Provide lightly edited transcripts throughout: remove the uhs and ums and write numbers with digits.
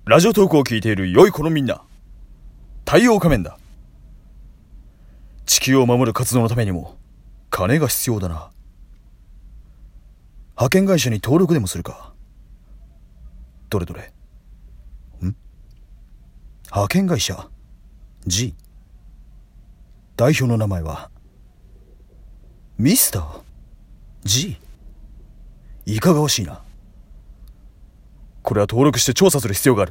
ラジオトークを聞いている良い子のみんな、太陽仮面だ。地球を守る活動のためにも金が必要だな。派遣会社に登録でもするか。どれどれ。派遣会社 G。 代表の名前はミスター G。 いかがわしいな。これは登録して調査する必要がある。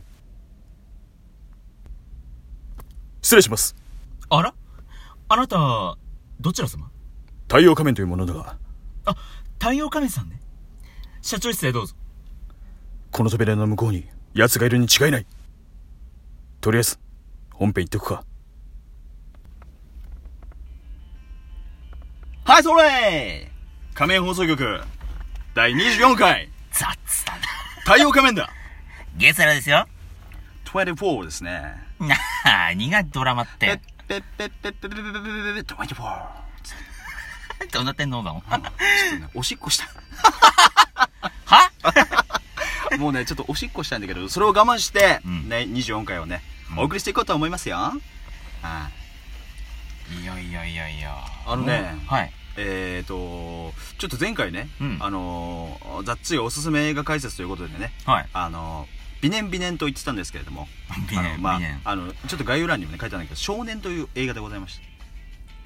失礼します。 あら、あなたどちら様？ 太陽仮面というものだが。 あ、太陽仮面さんね。社長室へどうぞ。 この扉の向こうに奴がいるに違いない。とりあえず本編行っておくか。 はい、それ仮面放送局第24回雑だな。 太陽仮面だ。 ゲスラですよ。 24ですね。 なにがドラマって。 ペッペッペッペッペッペッペッペッペッ24。 どうなってんのだもん。 ちょっとね、おしっこした。 はもうね、ちょっとおしっこしたんだけど、それを我慢して、 うんね、24回をね、お送りしていこうと思いますよ。 いやいやいやいや。 あのね、 はい。 ちょっと前回ね、 うんざっつりおすすめ映画解説ということでね、 はい。 美年美年と言ってたんですけれども、 美年まあ美年ちょっと概要欄にもね書いてあるんだけど、少年という映画でございました。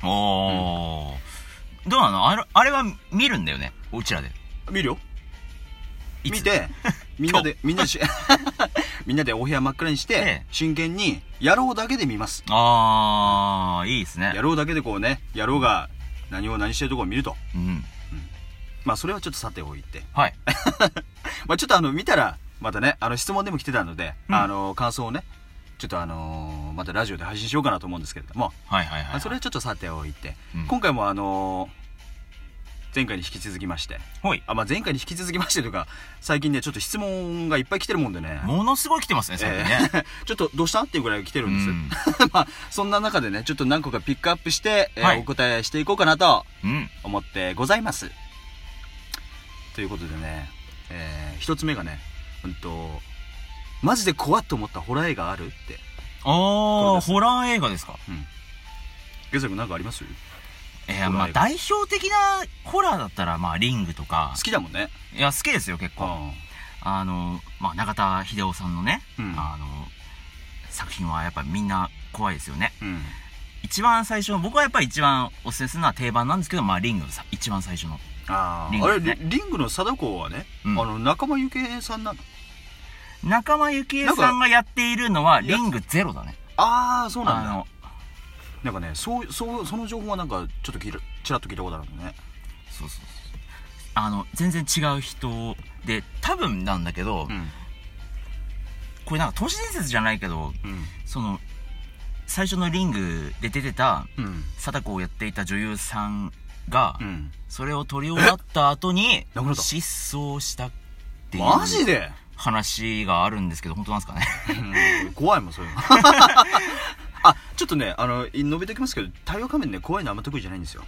おー。どうなの？あれは見るんだよね、うちらで。 見るよ。 いつ見て、みんなでみんなでお部屋真っ暗にして、 ええ真剣に野郎だけで見ます。 あー、いいですね。 野郎だけでこうね、野郎が何してるところを見ると。 うん。 まあそれはちょっとさておいて、 はい。 まあちょっと見たらまたね、質問でも来てたので、 うん感想をね、ちょっとまたラジオで配信しようかなと思うんですけれども、 はいはいはいはい。 それはちょっとさておいて、 うん今回も前回に引き続きまして、 ほい。 前回に引き続きましてというか、最近ねちょっと質問がいっぱい来てるもんでね、 ものすごい来てますね、最近ね。 ちょっとどうしたっていうぐらい来てるんです、 うんまあそんな中でね、ちょっと何個かピックアップして、 はいお答えしていこうかなとうん。 思ってございます。ということでね、一つ目がね、マジで怖っと思ったホラー映画あるって。これですホラー映画ですか？ ゲザ君なんかあります？ まあ代表的なホラーだったら、まあリングとか。 好きだもんね。 いや、好きですよ、結構。まあ中田秀夫さんのね、 うん作品はやっぱりみんな怖いですよね。 うん一番最初の、僕はやっぱり一番おすすめするのは定番なんですけど、まあリングさ、一番最初の。 あリングねれリングの貞子はね、 うん仲間由紀恵さんなの？ 仲間由紀恵さんがやっているのはリングゼロだね。 ああ、そうなんだ。なんかね、その情報はなんかちょっとちらっと聞いたことあるんだね。 そう全然違う人で、多分なんだけど、これなんか都市伝説じゃないけど、最初のリングで出てた貞子をやっていた女優さんが、それを撮り終わった後に失踪したっていうマジで話があるんですけど、本当なんですかね。 怖いもんそういうの。ちょっとね、述べておきますけど、太陽仮面ね、怖いのあんま得意じゃないんですよ。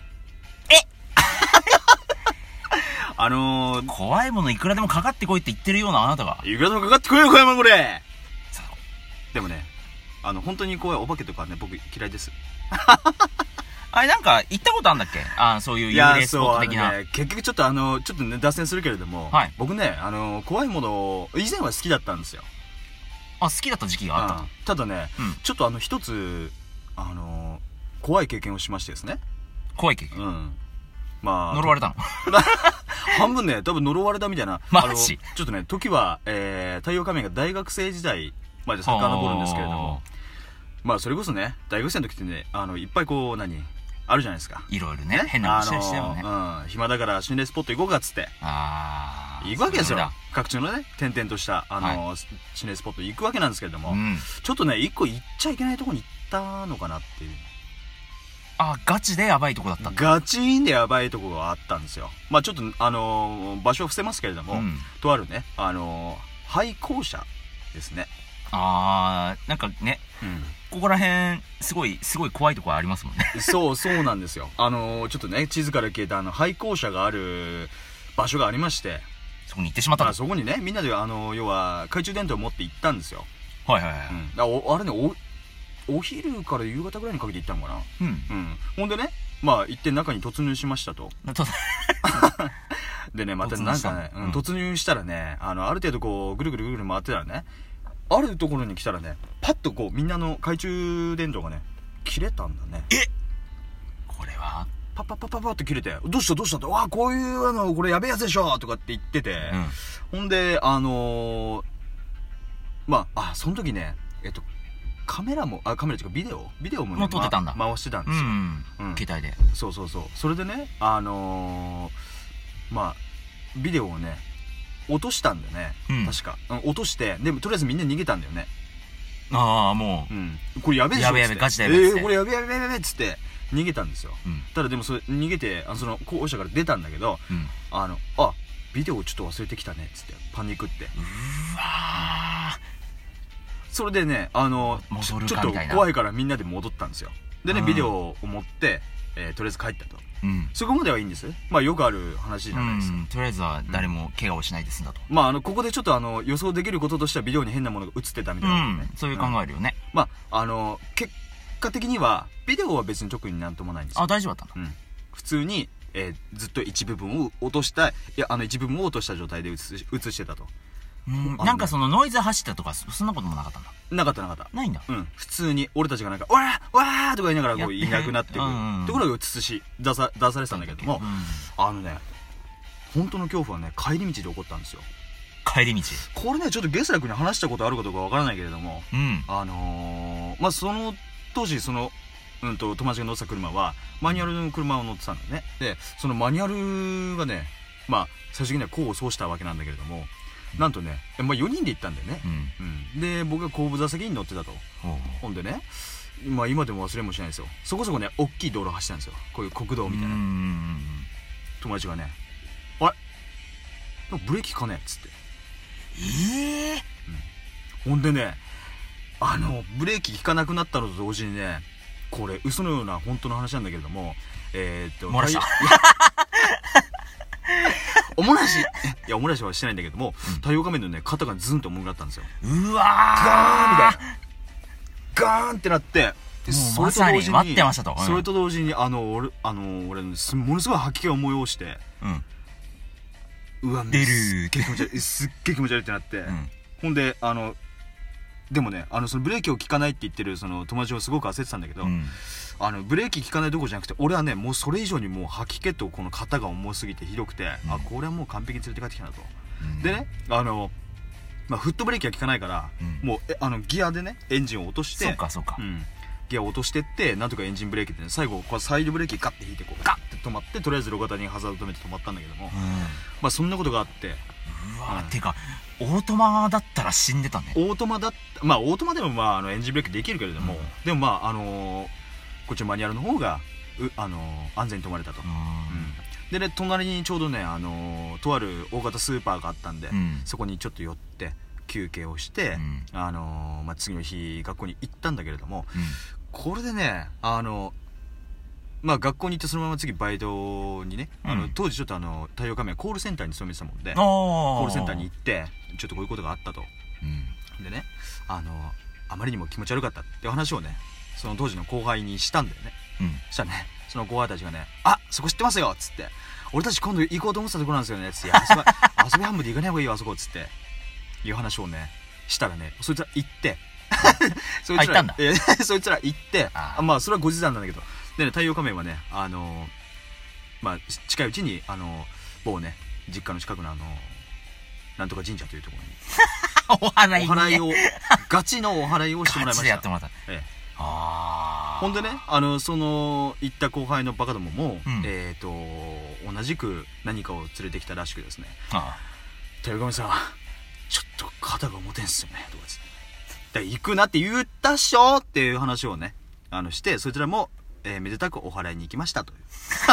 怖いものいくらでもかかってこいって言ってるようなあなたが。 いくらでもかかってこいよ、怖いもんこれ。でもね、本当に怖いお化けとかね、僕嫌いです。 あれなんか行ったことあるんだっけ？そういう幽霊スポット的な。 結局ちょっとね、脱線するけれども、僕ね、怖いもの以前は好きだったんですよ。 好きだった時期があった。 ただね、ちょっと一つ怖い経験をしましてですね。 怖い経験？ まあ呪われたの？ 半分ね、多分呪われたみたいな。 マジ？ ちょっとね、時は太陽仮面が大学生時代まで遡るんですけれども、まあそれこそね、大学生の時ってね、いっぱいこうあるじゃないですか。 いろいろね、変なことしたりしてもね。 暇だから心霊スポット行こうかっつって行くわけですよ。各地のね、点々とした心霊スポット行くわけなんですけれども、ちょっとね、一個行っちゃいけないとこに行ったのかなっていう。 ガチでやばいとこだったんだ。 ガチーンでやばいとこがあったんですよ。まあちょっと場所を伏せますけれども、とあるね、廃校舎ですね。 なんかね、ここら辺すごい怖いところありますもんね。 そうなんですよ。ちょっとね、地図から消えた廃校舎がある場所がありまして、 そこに行ってしまった。 そこにね、みんなで要は懐中電灯を持って行ったんですよ。 はいはいはい。 あれね、お昼から夕方ぐらいにかけて行ったのかな。ほんでね、まあ行って中に突入しましたと。でね、またなんかね、突入したらね、ある程度こう、ぐるぐるぐるぐる回ってたらね、あるところに来たらね、パッとこう、みんなの懐中電灯がね、切れたんだね。 これはパッパッパッパッパって切れて、どうしたどうしたって、わあ、こういうこれやべえやつでしょとかって言ってて、ほんで、まあ、その時ね、カメラっていうかビデオもね、 撮ってたんだ。 回してたんですよ。 携帯で。 そう。それでね、まあ、ビデオをね、落としたんだよね。確か。落として、でもとりあえずみんな逃げたんだよね。 ああ、もう。これやべえでしょ。 やべえ、ガチだよ。 これやべえっつって、逃げたんですよ。ただでもそれ、逃げて、その校舎から出たんだけど、ビデオちょっと忘れてきたね、っつって、パニックって。 うわそれでね、ちょっと怖いからみんなで戻ったんですよ。でね、ビデオを持って、とりあえず帰ったと。そこまではいいんです。まあよくある話じゃないですか。 とりあえずは誰も怪我をしないで済んだと。 まあここでちょっと予想できることとしてはビデオに変なものが映ってたみたいなね。 そういう考えるよね。 まあ結果的には、ビデオは別に特になんともないんですよ。 あ、大丈夫だったんだ。 普通に、ずっと一部分を落とした、一部分を落とした状態で映してたと。 なんかそのノイズ走ったとか、そんなこともなかったんだ。 なかった。 ないんだ。 普通に、俺たちがなんか、わーとか言いながらこういなくなってくるところが映し出されてたんだけども、本当の恐怖はね、帰り道で起こったんですよ。 帰り道。 これね、ちょっとゲスラ君に話したことあるかどうかわからないけれども、まあ、その当時、友達が乗ってた車は、マニュアルの車を乗ってたんだよね。で、そのマニュアルがね、まあ、最終的には功を奏したわけなんだけれども、なんとね、まあ、4人で行ったんだよね。で、僕が後部座席に乗ってたと。ほんでね、まあ、今でも忘れもしないですよ。そこそこね、大きい道路走ったんですよ。こういう国道みたいな。友達がね、あれブレーキかねっつって。ほんでね、ブレーキ効かなくなったのと同時にね、これ、嘘のような本当の話なんだけれども、 漏らした。 おもらしおもらしはしてないんだけども、太陽画面のね、肩がズンと重くなったんですよ。 うわーガーンってなって、 それと同時に、待ってましたと。 それと同時に、俺、ものすごい吐き気を催して、うわ、 出るすっげえ気持ち悪いってなって、ほんで、でもね、そのブレーキを効かないって言ってる、その友達はすごく焦ってたんだけど、ブレーキ効かないどころじゃなくて、俺はね、もうそれ以上にもう吐き気とこの肩が重すぎてひどくて、これはもう完璧に連れて帰ってきたなと。でね、まあ、フットブレーキが効かないから、もう、ギアでね、エンジンを落として、 そうか。 ギアを落としてって、なんとかエンジンブレーキでね、最後、こうサイドブレーキガッて引いて、こう、ガッて止まって、とりあえず路肩にハザード止めて止まったんだけども、まあ、そんなことがあって、 てか、オートマだったら死んでたね。 オートマでもまあ、エンジンブレーキできるけれども、でもまあ、こっちのマニュアルの方が、安全に止まれたと。でね、隣にちょうどね、とある大型スーパーがあったんで、そこにちょっと寄って、休憩をして、まあ、次の日、学校に行ったんだけれども、これでね、まあ、学校に行ってそのまま次バイトにね、当時ちょっと太陽カメラコールセンターに勤めてたもんで、コールセンターに行って、ちょっとこういうことがあったと。でね、あまりにも気持ち悪かったっていう話をね、その当時の後輩にしたんだよね。そしたらね、その後輩たちがね、そこ知ってますよっつって、俺たち今度行こうと思ってたところなんですよねつって、遊び半分で行かない方がいいよあそこっつって、いう話をね、したらね、そいつら行って、そいつら行って、まあ、それは後日談なんだけど、でね、太陽仮面はね、まあ、近いうちに、某ね、実家の近くのなんとか神社というところに、お祓いを、ガチのお祓いをしてもらいました。ガチでやってもらった。ほんでね、その、行った後輩のバカどもも、同じく何かを連れてきたらしくですね、太陽仮面さん、ちょっと肩が重てんすよね、とかつって。行くなって言ったっしょっていう話をね、して、そちらも、めでたくお祓いに行きましたという。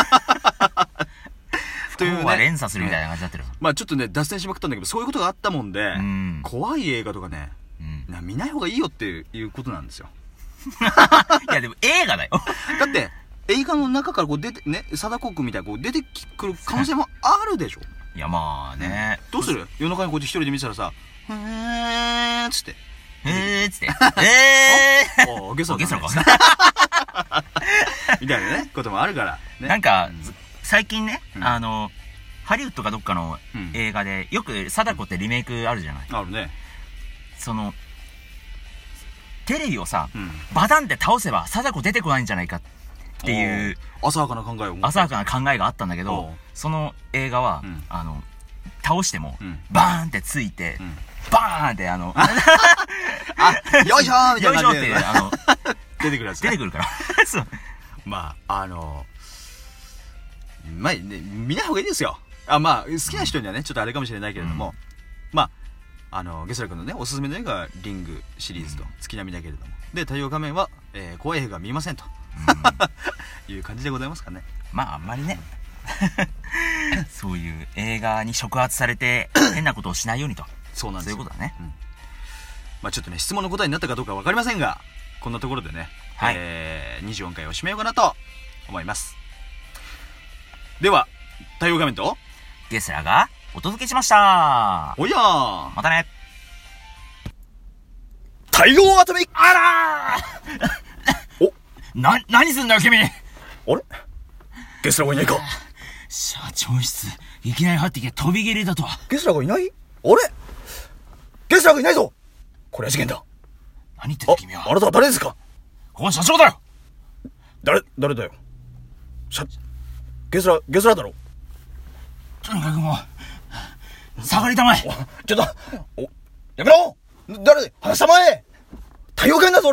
というね。連鎖するみたいな感じになってる。 まあちょっとね、脱線しまくったんだけど、そういうことがあったもんで、怖い映画とかね、見ない方がいいよっていうことなんですよ。 いやでも映画だよ。 だって、映画の中からこう出て、ね、貞子くんみたいなこう出てくる可能性もあるでしょ。 いやまあね。 どうする？夜中にこうやって一人で見てたらさ、つって。 ーっつって。 ゲスラか。みたいなね、こともあるから。 なんか、最近ね、ハリウッドかどっかの映画で、よく貞子ってリメイクあるじゃない。 あるね。 テレビをさ、バタンって倒せば貞子出てこないんじゃないかっていう、 浅はかな考えがあったんだけど、その映画は、倒しても、バーンってついて、バーンってよいしょーみたいな感じで。 よいしょって、 出てくるやつ。 出てくるから。そう。 まあ、まあ、ね、見ない方がいいですよ。好きな人にはね、ちょっとあれかもしれないけれども、ゲスラ君のね、おすすめの映画はリングシリーズと、月並みだけれども。で、太陽仮面は、怖い映画見ませんと。いう感じでございますかね。 あんまりね、そういう映画に触発されて、変なことをしないようにと。 そうなんですよ。 そういうことだね。 ちょっとね、質問の答えになったかどうかわかりませんが、こんなところでね、24回を締めようかなと思います。では、太陽仮面とゲスラがお届けしました。 おやー、 またね。 太陽アトミック。 あらー何すんだよ君。 あれゲスラがいないか。 社長室いきなり入ってきて飛び蹴りだとは。 ゲスラがいない？あれゲスラがいないぞ。これは事件だ。 何言ってんだ君は。 あなたは誰ですか？ ここ社長だよ。 誰だよ。ゲスラだろ。 とにかくもう下がりたまえ。 ちょっとやめろ。誰で話したまえ。太陽圏だぞ。